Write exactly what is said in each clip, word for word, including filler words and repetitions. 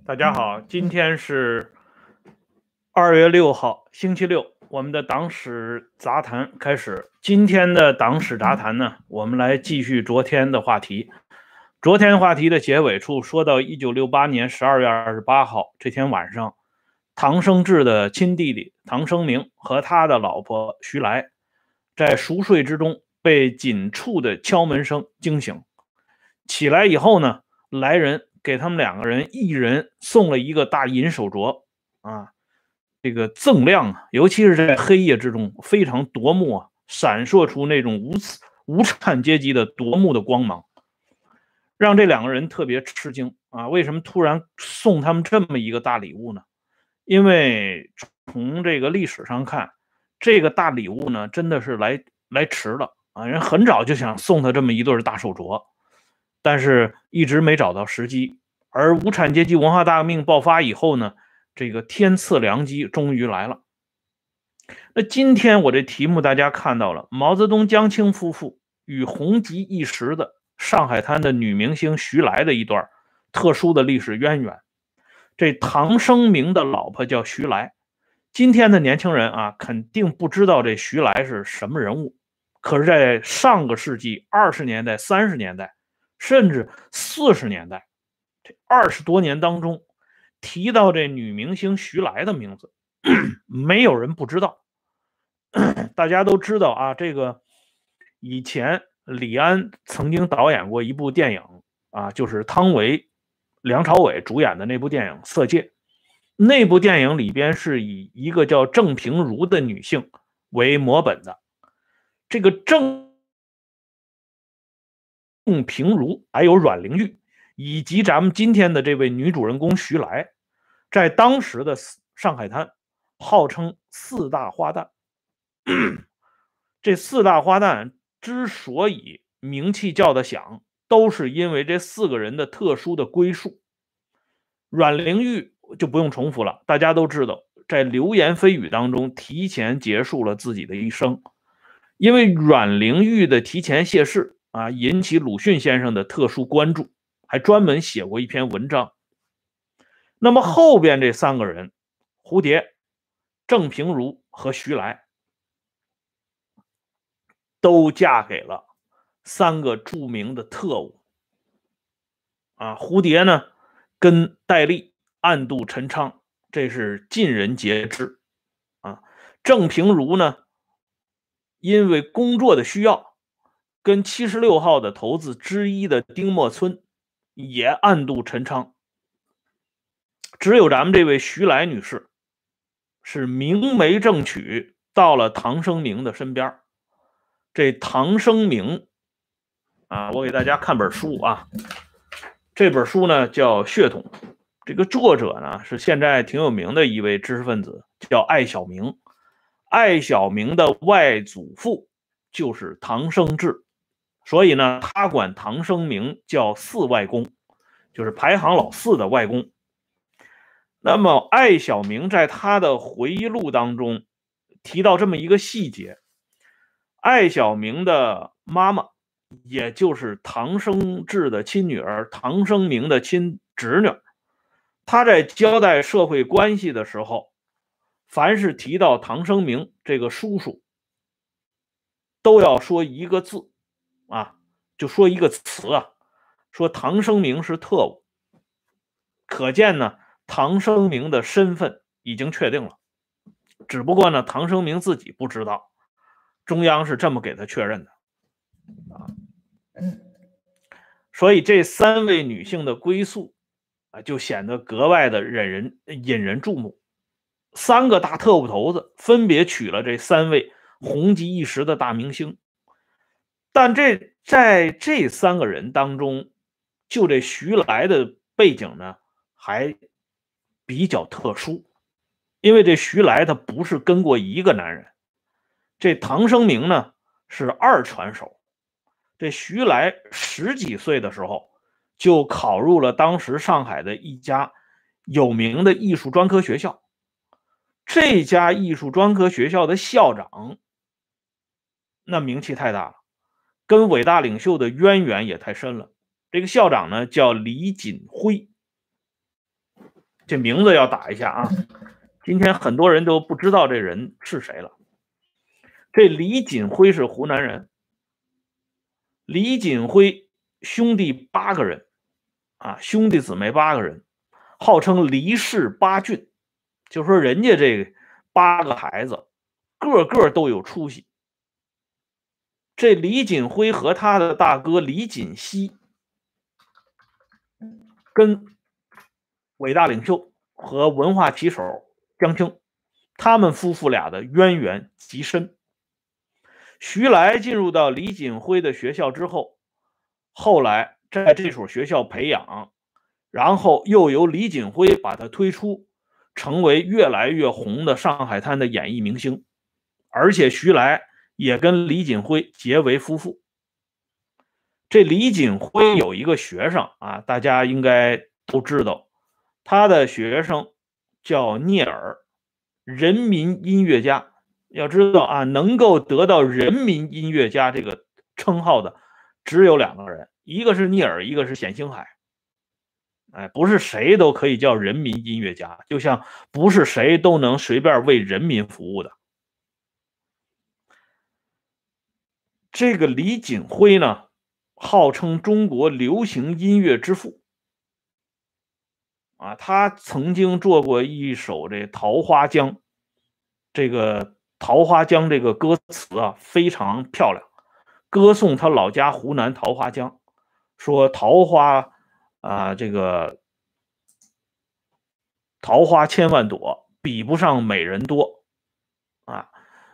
大家好，今天是二月六号，星期六，我们的党史杂谈开始。今天的党史杂谈呢，我们来继续昨天的话题。昨天话题的结尾处说到一九六八年十二月二十八号这天晚上，唐生智的亲弟弟唐生明和他的老婆徐来在熟睡之中被紧促的敲门声惊醒。起来以后呢，来人给他们两个人一人送了一个大银手镯啊，这个锃亮啊，尤其是在黑夜之中非常夺目啊，闪烁出那种无无产阶级的夺目的光芒，让这两个人特别吃惊啊！为什么突然送他们这么一个大礼物呢？因为从这个历史上看，这个大礼物呢真的是来来迟了啊！人很早就想送他这么一对大手镯，但是一直没找到时机。而无产阶级文化大革命爆发以后呢，这个天赐良机终于来了。那今天我这题目大家看到了，毛泽东、江青夫妇与红极一时的上海滩的女明星徐来的一段特殊的历史渊源。这唐生明的老婆叫徐来，今天的年轻人啊，肯定不知道这徐来是什么人物。可是，在上个世纪二十年代、三十年代，甚至四十年代，这二十多年当中，提到这女明星徐来的名字，没有人不知道。大家都知道啊，这个以前李安曾经导演过一部电影啊，就是汤唯、梁朝伟主演的那部电影《色戒》。那部电影里边是以一个叫郑平如的女性为模本的。这个郑平如还有阮玲玉以及咱们今天的这位女主人公徐来，在当时的上海滩号称四大花旦。这四大花旦之所以名气叫得响，都是因为这四个人的特殊的归宿。阮玲玉就不用重复了，大家都知道，在流言蜚语当中提前结束了自己的一生。因为阮玲玉的提前谢世啊，引起鲁迅先生的特殊关注，还专门写过一篇文章。那么后边这三个人，蝴蝶、郑平如和徐来，都嫁给了三个著名的特务啊。蝴蝶呢跟戴笠暗度陈仓，这是尽人皆知啊。郑平如呢，因为工作的需要，跟七十六号的头子之一的丁默村也暗度陈仓。只有咱们这位徐来女士是明媒正娶，到了唐生明的身边。这唐生明啊，我给大家看本书啊，这本书呢叫《血统》，这个作者呢是现在挺有名的一位知识分子，叫艾小明。艾小明的外祖父就是唐生智，所以呢，他管唐生明叫四外公，就是排行老四的外公。那么艾小明在他的回忆录当中提到这么一个细节，艾小明的妈妈，也就是唐生智的亲女儿唐生明的亲侄女，她在交代社会关系的时候，凡是提到唐生明这个叔叔，都要说一个字啊，就说一个词啊，说唐生明是特务。可见呢，唐生明的身份已经确定了，只不过呢，唐生明自己不知道，中央是这么给他确认的啊。所以这三位女性的归宿啊，就显得格外的引人引人注目。三个大特务头子分别娶了这三位红极一时的大明星，但这在这三个人当中，就这徐来的背景呢还比较特殊。因为这徐来他不是跟过一个男人，这唐生明呢是二传手。这徐来十几岁的时候就考入了当时上海的一家有名的艺术专科学校。这家艺术专科学校的校长那名气太大了，跟伟大领袖的渊源也太深了。这个校长呢叫李锦辉。 这名字要打一下啊，今天很多人都不知道这人是谁了。这李锦辉是湖南人，李锦辉兄弟八个人啊，兄弟姊妹八个人，号称黎氏八俊，就说人家这八个孩子个个都有出息。这李锦辉和他的大哥李锦熙跟伟大领袖和文化旗手江青，他们夫妇俩的渊源极深。徐来进入到李锦辉的学校之后，后来在这所学校培养，然后又由李锦辉把他推出，成为越来越红的上海滩的演艺明星。而且徐来也跟李锦辉结为夫妇。这李锦辉有一个学生啊，大家应该都知道，他的学生叫聂耳，人民音乐家。要知道啊，能够得到人民音乐家这个称号的只有两个人，一个是聂耳，一个是冼星海。哎，不是谁都可以叫人民音乐家，就像不是谁都能随便为人民服务的。这个李锦辉呢，号称中国流行音乐之父啊，他曾经做过一首这《桃花江》，这个桃花江这个歌词啊非常漂亮，歌颂他老家湖南桃花江，说桃花啊，这个桃花千万朵，比不上美人多啊。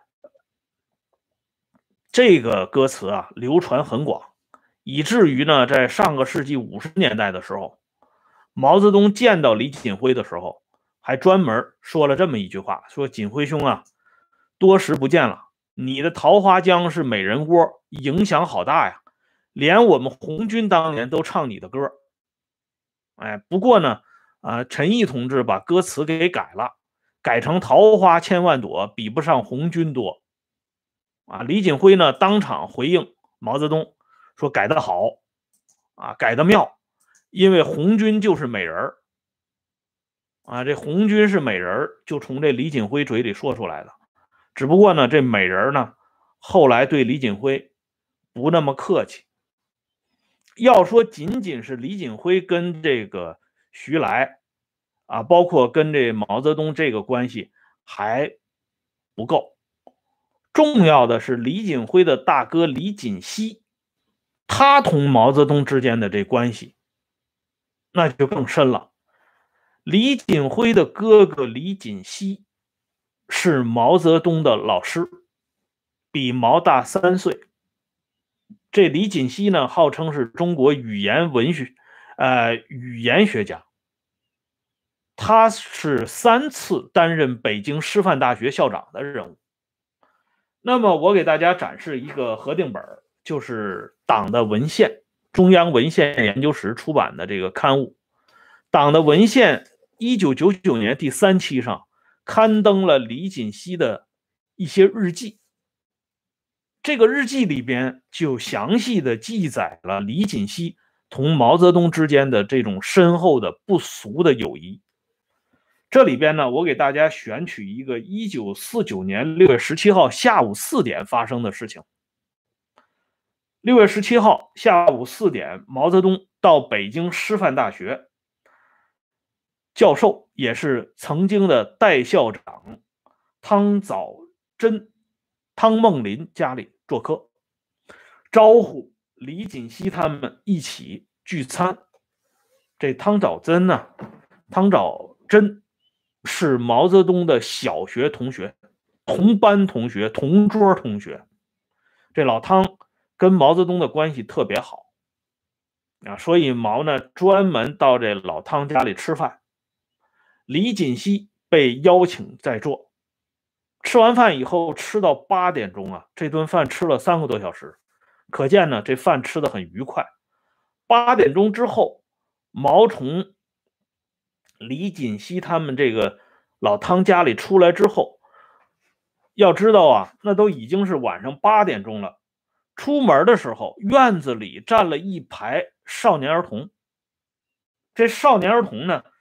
这个歌词啊流传很广，以至于呢，在上个世纪五十年代的时候，毛泽东见到李锦辉的时候，还专门说了这么一句话，说锦辉兄啊，多时不见了，你的桃花江是美人窝，影响好大呀，连我们红军当年都唱你的歌。哎，不过呢，啊，陈毅同志把歌词给改了，改成桃花千万朵，比不上红军多。啊，李锦辉呢当场回应毛泽东说改得好啊，改得妙，因为红军就是美人啊，这红军是美人就从这李锦辉嘴里说出来的。只不过呢，这美人呢后来对李锦辉不那么客气。要说仅仅是李锦辉跟这个徐来啊，包括跟这毛泽东这个关系还不够。重要的是李锦辉的大哥李锦熙，他同毛泽东之间的这关系那就更深了。李锦辉的哥哥李锦熙是毛泽东的老师，比毛大三岁。这李锦熙呢，号称是中国语言文学呃语言学家，他是三次担任北京师范大学校长的人物。那么我给大家展示一个核定本，就是党的文献，中央文献研究室出版的这个刊物。党的文献一九九九年第三期上刊登了李锦熙的一些日记。这个日记里边就详细的记载了李锦熙同毛泽东之间的这种深厚的不俗的友谊。这里边呢，我给大家选取一个一九四九年六月十七号下午四点发生的事情。六月十七号下午四点，毛泽东到北京师范大学，教授也是曾经的代校长汤早珍、汤梦麟家里做客，招呼李锦熙他们一起聚餐。这汤早珍呢，汤早珍是毛泽东的小学同学，同班同学，同桌同学。这老汤跟毛泽东的关系特别好啊，所以毛呢专门到这老汤家里吃饭。李锦熙被邀请在座，吃完饭以后吃到八点钟啊，这顿饭吃了三个多小时，可见呢这饭吃得很愉快。八点钟之后，毛从李锦熙他们这个老汤家里出来之后，要知道啊，那都已经是晚上八点钟了。出门的时候，院子里站了一排少年儿童。这少年儿童呢，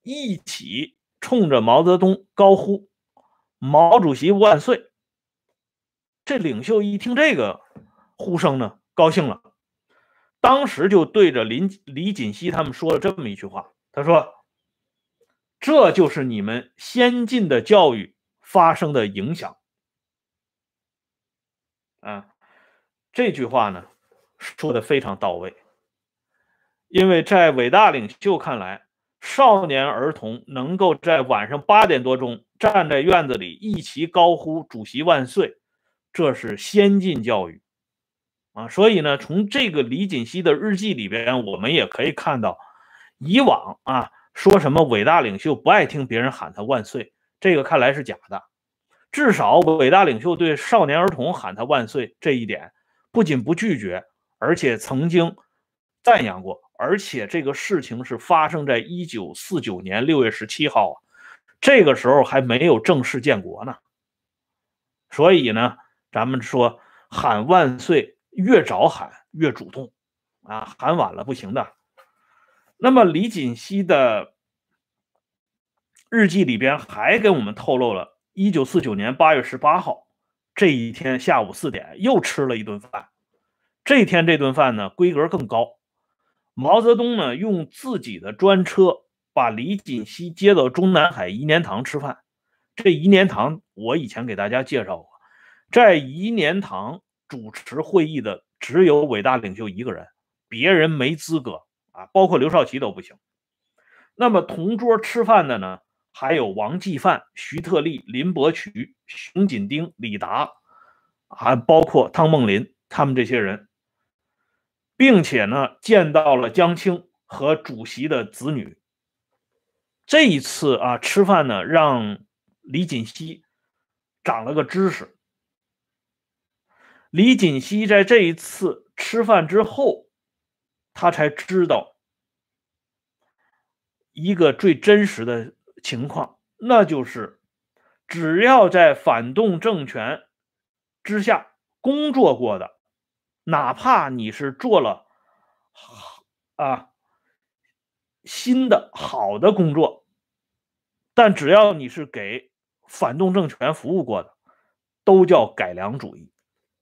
一起冲着毛泽东高呼毛主席万岁。这领袖一听这个呼声呢，高兴了，当时就对着林李锦熙他们说了这么一句话，他说这就是你们先进的教育发生的影响啊。这句话呢说的非常到位，因为在伟大领袖看来，少年儿童能够在晚上八点多钟站在院子里一起高呼主席万岁，这是先进教育啊。所以呢，从这个李锦熙的日记里边，我们也可以看到，以往啊说什么伟大领袖不爱听别人喊他万岁，这个看来是假的。至少伟大领袖对少年儿童喊他万岁这一点不仅不拒绝，而且曾经赞扬过。而且这个事情是发生在一九四九年六月十七号啊，这个时候还没有正式建国呢。所以呢，咱们说喊万岁越早喊越主动啊，喊晚了不行的。那么李锦熙的日记里边还给我们透露了一九四九年八月十八号这一天下午四点又吃了一顿饭。这天这顿饭呢规格更高，毛泽东呢用自己的专车把李锦熙接到中南海颐年堂吃饭。这颐年堂我以前给大家介绍过，在颐年堂主持会议的只有伟大领袖一个人，别人没资格啊，包括刘少奇都不行。那么同桌吃饭的呢还有王继范、徐特立、林伯渠、熊锦丁、李达，还包括汤梦麟他们这些人，并且呢见到了江青和主席的子女。这一次啊吃饭呢让李锦熙长了个知识。李锦熙在这一次吃饭之后，他才知道一个最真实的情况，那就是只要在反动政权之下工作过的，哪怕你是做了啊新的好的工作，但只要你是给反动政权服务过的，都叫改良主义。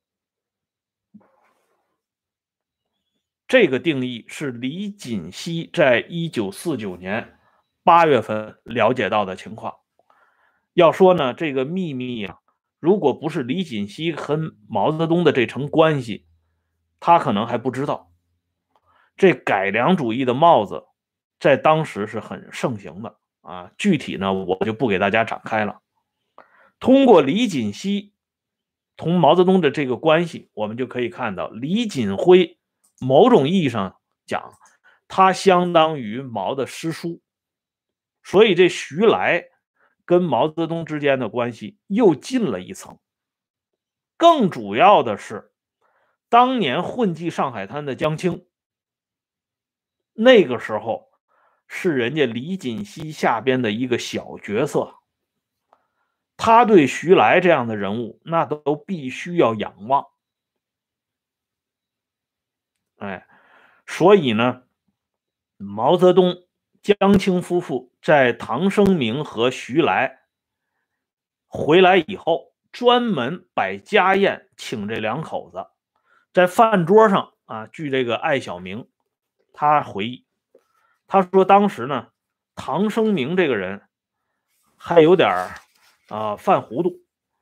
这个定义是李锦熙在一九四九年八月份了解到的情况。要说呢，这个秘密啊，如果不是李锦熙和毛泽东的这层关系，他可能还不知道。这改良主义的帽子在当时是很盛行的啊，具体呢我就不给大家展开了。通过李锦熙同毛泽东的这个关系，我们就可以看到李锦辉某种意义上讲，他相当于毛的师叔，所以这徐来跟毛泽东之间的关系又近了一层。更主要的是，当年混迹上海滩的江青，那个时候是人家李锦熙下边的一个小角色，他对徐来这样的人物那都必须要仰望。哎，所以呢，毛泽东、江青夫妇在唐生明和徐来回来以后，专门摆家宴请这两口子。在饭桌上啊，据这个艾小明他回忆，他说当时呢，唐生明这个人还有点啊犯糊涂。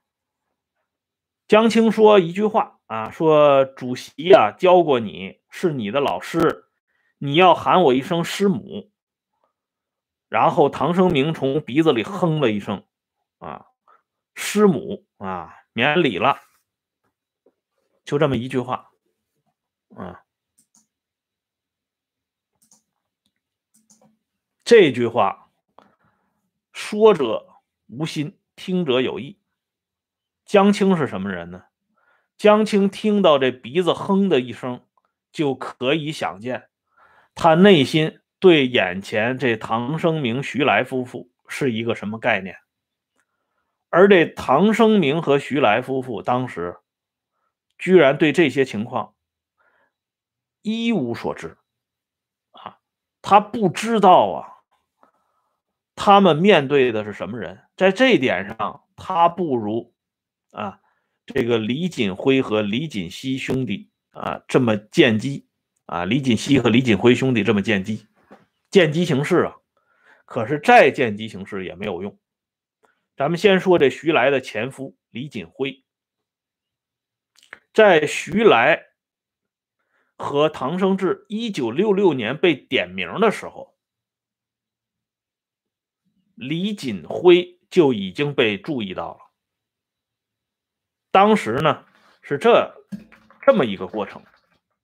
江青说一句话啊，说主席啊教过你，是你的老师，你要喊我一声师母。然后唐生明从鼻子里哼了一声啊，师母啊，免礼了，就这么一句话啊。这句话说者无心，听者有意。江青是什么人呢？江青听到这鼻子哼的一声，就可以想见他内心对眼前这唐生明、徐来夫妇是一个什么概念。而这唐生明和徐来夫妇当时居然对这些情况一无所知啊，他不知道啊， 他们面对的是什么人？在这一点上，他不如啊这个李锦辉和李锦熙兄弟啊这么见机啊，李锦熙和李锦辉兄弟这么见机，见机行事啊。可是再见机行事也没有用。咱们先说这徐来的前夫李锦辉，在徐来和唐生智一九六六年被点名的时候，李锦辉就已经被注意到了。当时呢是这这么一个过程，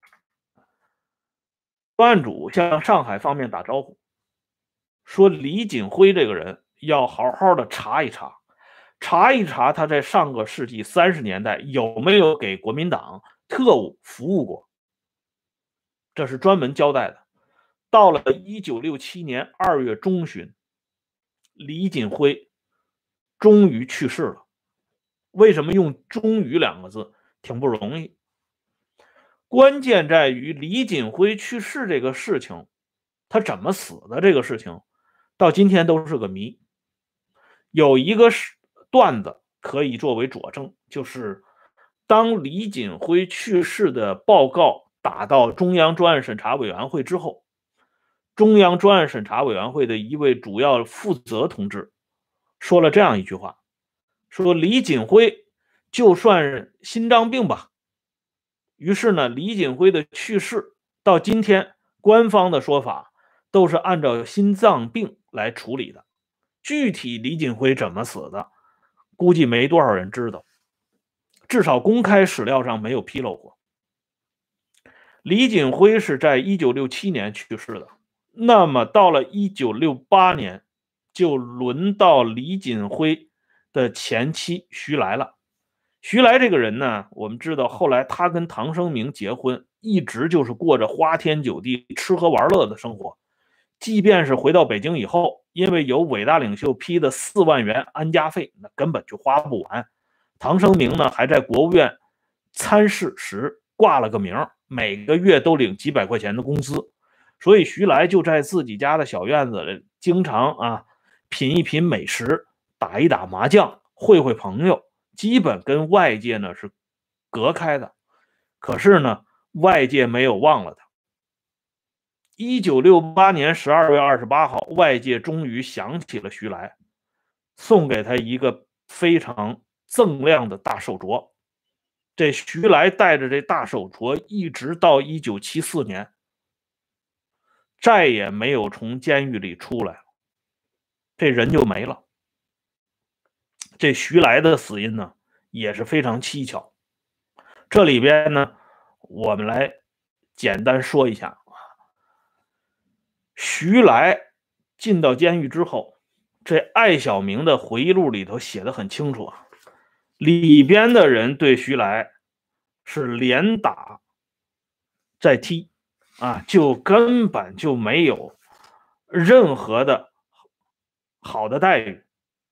专案组向上海方面打招呼，说李锦辉这个人要好好的查一查，查一查他在上个世纪三十年代有没有给国民党特务服务过，这是专门交代的。到了一九六七年二月中旬，李锦辉终于去世了。为什么用终于两个字？挺不容易。关键在于李锦辉去世这个事情，他怎么死的这个事情，到今天都是个谜。有一个段子可以作为佐证，就是当李锦辉去世的报告打到中央专案审查委员会之后，中央专案审查委员会的一位主要负责同志说了这样一句话，说李锦辉就算心脏病吧。于是呢，李锦辉的去世到今天官方的说法都是按照心脏病来处理的，具体李锦辉怎么死的估计没多少人知道，至少公开史料上没有披露过。李锦辉是在一九六七年去世的，那么到了一九六八年就轮到李锦辉的前妻徐来了。徐来这个人呢，我们知道后来他跟唐生明结婚，一直就是过着花天酒地吃喝玩乐的生活。即便是回到北京以后，因为有伟大领袖批的四万元安家费，那根本就花不完。唐生明呢还在国务院参事时挂了个名，每个月都领几百块钱的工资。所以徐来就在自己家的小院子里经常啊品一品美食，打一打麻将，会会朋友，基本跟外界呢是隔开的。可是呢外界没有忘了他。一九六八年十二月二十八号，外界终于想起了徐来，送给他一个非常锃亮的大手镯。这徐来带着这大手镯一直到一九七四年再也没有从监狱里出来，这人就没了。这徐来的死因呢也是非常蹊跷，这里边呢我们来简单说一下。徐来进到监狱之后，这艾晓明的回忆录里头写得很清楚啊，里边的人对徐来是连打再踢啊，就根本就没有任何的好的待遇。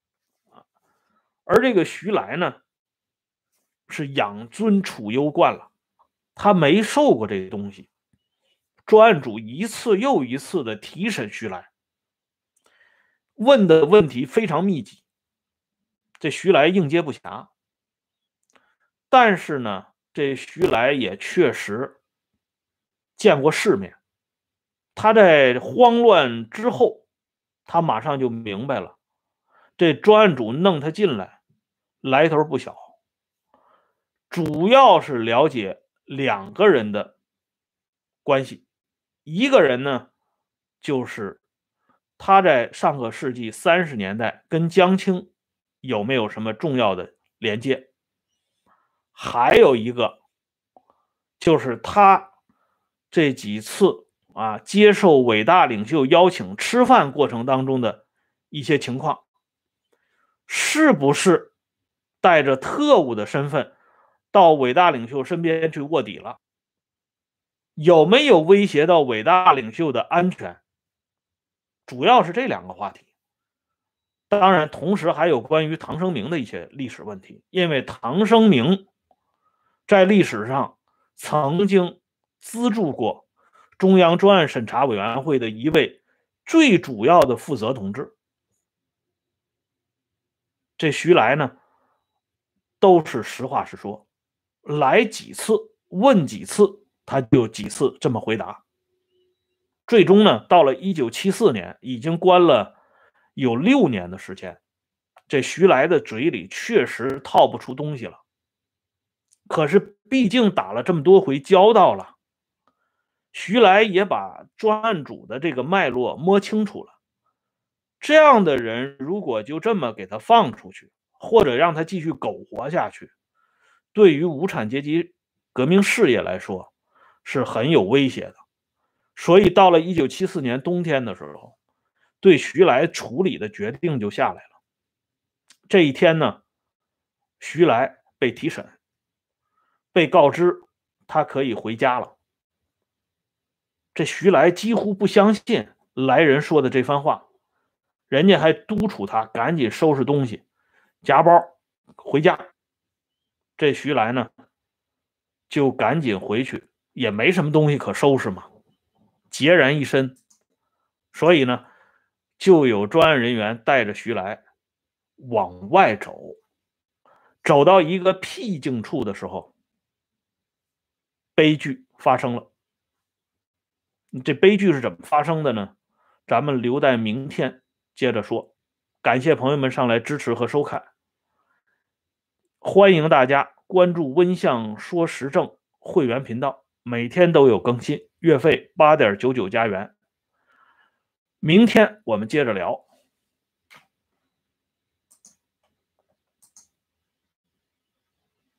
而这个徐来呢是养尊处优惯了，他没受过这东西。专案组一次又一次的提审徐来，问的问题非常密集，这徐来应接不暇。但是呢这徐来也确实见过世面，他在慌乱之后他马上就明白了，这专案组弄他进来来头不小，主要是了解两个人的关系。一个人呢就是他在上个世纪三十年代跟江青有没有什么重要的连接，还有一个就是他这几次啊接受伟大领袖邀请吃饭过程当中的一些情况，是不是带着特务的身份到伟大领袖身边去卧底了，有没有威胁到伟大领袖的安全，主要是这两个话题。当然同时还有关于唐生明的一些历史问题，因为唐生明在历史上曾经资助过中央专案审查委员会的一位最主要的负责同志， 这徐来呢都是实话实说，来几次问几次，他就几次这么回答。最终呢，到了一九七四年，已经关了有六年的时间，这徐来的嘴里确实套不出东西了。可是毕竟打了这么多回交道了，徐来也把专案组的这个脉络摸清楚了。这样的人如果就这么给他放出去，或者让他继续苟活下去，对于无产阶级革命事业来说是很有威胁的。所以到了一九七四年冬天的时候，对徐来处理的决定就下来了。这一天呢，徐来被提审，被告知他可以回家了。这徐来几乎不相信来人说的这番话，人家还督促他赶紧收拾东西，夹包回家。这徐来呢，就赶紧回去，也没什么东西可收拾嘛，孑然一身。所以呢，就有专案人员带着徐来往外走，走到一个僻静处的时候，悲剧发生了。这悲剧是怎么发生的呢？咱们留待明天接着说。感谢朋友们上来支持和收看，欢迎大家关注温相说时政会员频道，每天都有更新，月费八点九九加元。明天我们接着聊。